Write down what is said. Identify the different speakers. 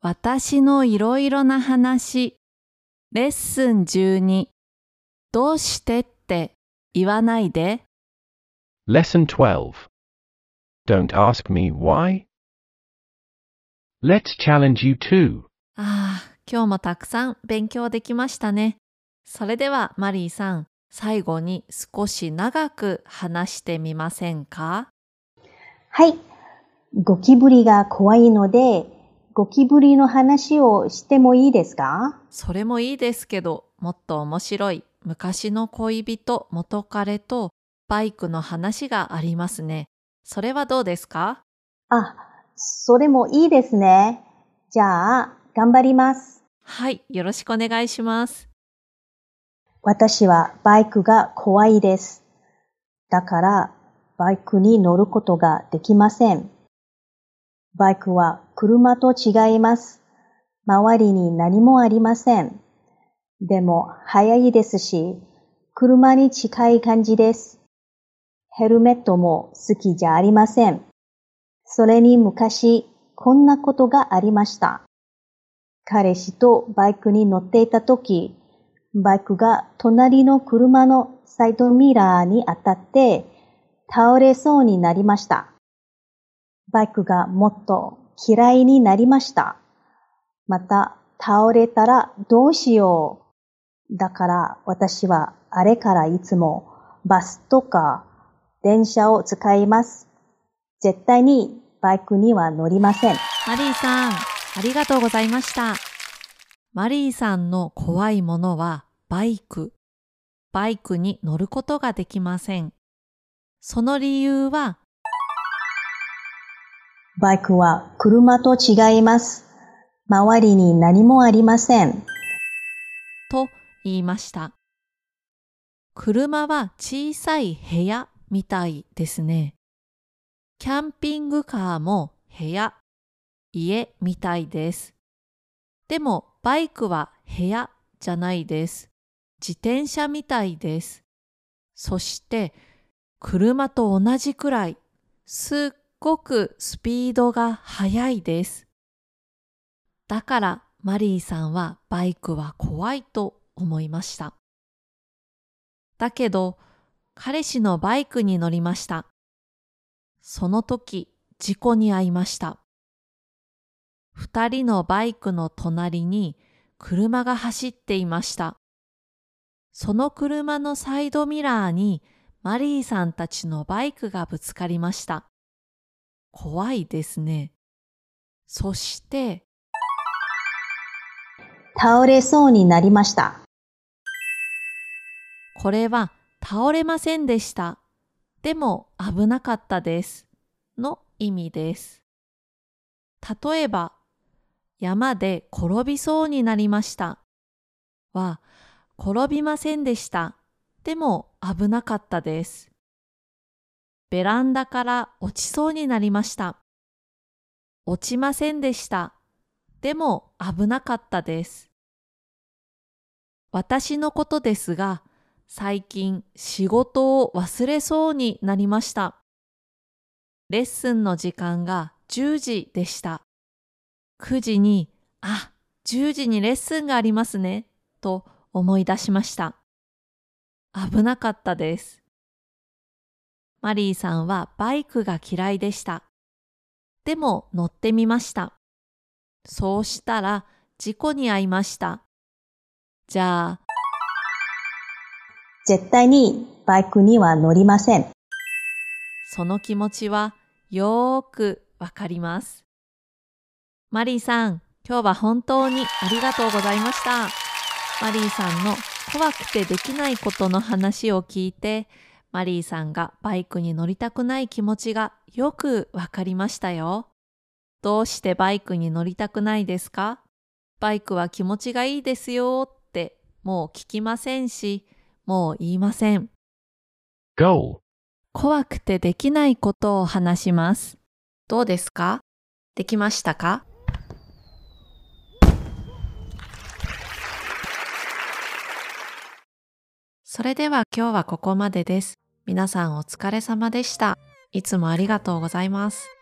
Speaker 1: 私のいろいろな話。レッスン12。どうしてって言わないで。
Speaker 2: Lesson 12. Don't ask me why. Let's challenge you too.
Speaker 1: 今日もたくさん勉強できましたね。それではマリーさん、最後に少し長く話してみませんか？
Speaker 3: はい。ゴキブリが怖いので、ゴキブリの話をしてもいいですか？
Speaker 1: それもいいですけど、もっと面白い昔の恋人、元彼とバイクの話がありますね。それはどうですか？
Speaker 3: それもいいですね。じゃあ、頑張ります。
Speaker 1: はい、よろしくお願いします。
Speaker 3: 私はバイクが怖いです。だから、バイクに乗ることができません。バイクは車と違います。周りに何もありません。でも、速いですし、車に近い感じです。ヘルメットも好きじゃありません。それに昔、こんなことがありました。彼氏とバイクに乗っていたとき、バイクが隣の車のサイドミラーに当たって倒れそうになりました。バイクがもっと嫌いになりました。また倒れたらどうしよう。だから私はあれからいつもバスとか電車を使います。絶対にバイクには乗りません。
Speaker 1: マリーさん、ありがとうございました。マリーさんの怖いものはバイク。バイクに乗ることができません。その理由は、
Speaker 3: バイクは車と違います。周りに何もありません。
Speaker 1: と言いました。車は小さい部屋みたいですね。キャンピングカーも部屋、家みたいです。でもバイクは部屋じゃないです。自転車みたいです。そして車と同じくらいすっごくスピードが速いです。だからマリーさんはバイクは怖いと思いました。だけど彼氏のバイクに乗りました。その時事故に遭いました。二人のバイクの隣に車が走っていました。その車のサイドミラーにマリーさんたちのバイクがぶつかりました。怖いですね。そして
Speaker 3: 倒れそうになりました。
Speaker 1: これは倒れませんでした。でも危なかったですの意味です。例えば、山で転びそうになりましたは、転びませんでした。でも危なかったです。ベランダから落ちそうになりました。落ちませんでした。でも危なかったです。私のことですが、最近仕事を忘れそうになりました。レッスンの時間が10時でした。9時に、10時にレッスンがありますね、と思い出しました。危なかったです。マリーさんはバイクが嫌いでした。でも乗ってみました。そうしたら事故に遭いました。じゃあ、
Speaker 3: 絶対にバイクには乗りません。
Speaker 1: その気持ちはよーくわかります。マリーさん、今日は本当にありがとうございました。マリーさんの怖くてできないことの話を聞いて、マリーさんがバイクに乗りたくない気持ちがよくわかりましたよ。どうしてバイクに乗りたくないですか？バイクは気持ちがいいですよってもう聞きませんし、もう言いません。
Speaker 2: Goal.
Speaker 1: 怖くてできないことを話します。どうですか？できましたか？それでは今日はここまでです。皆さんお疲れ様でした。いつもありがとうございます。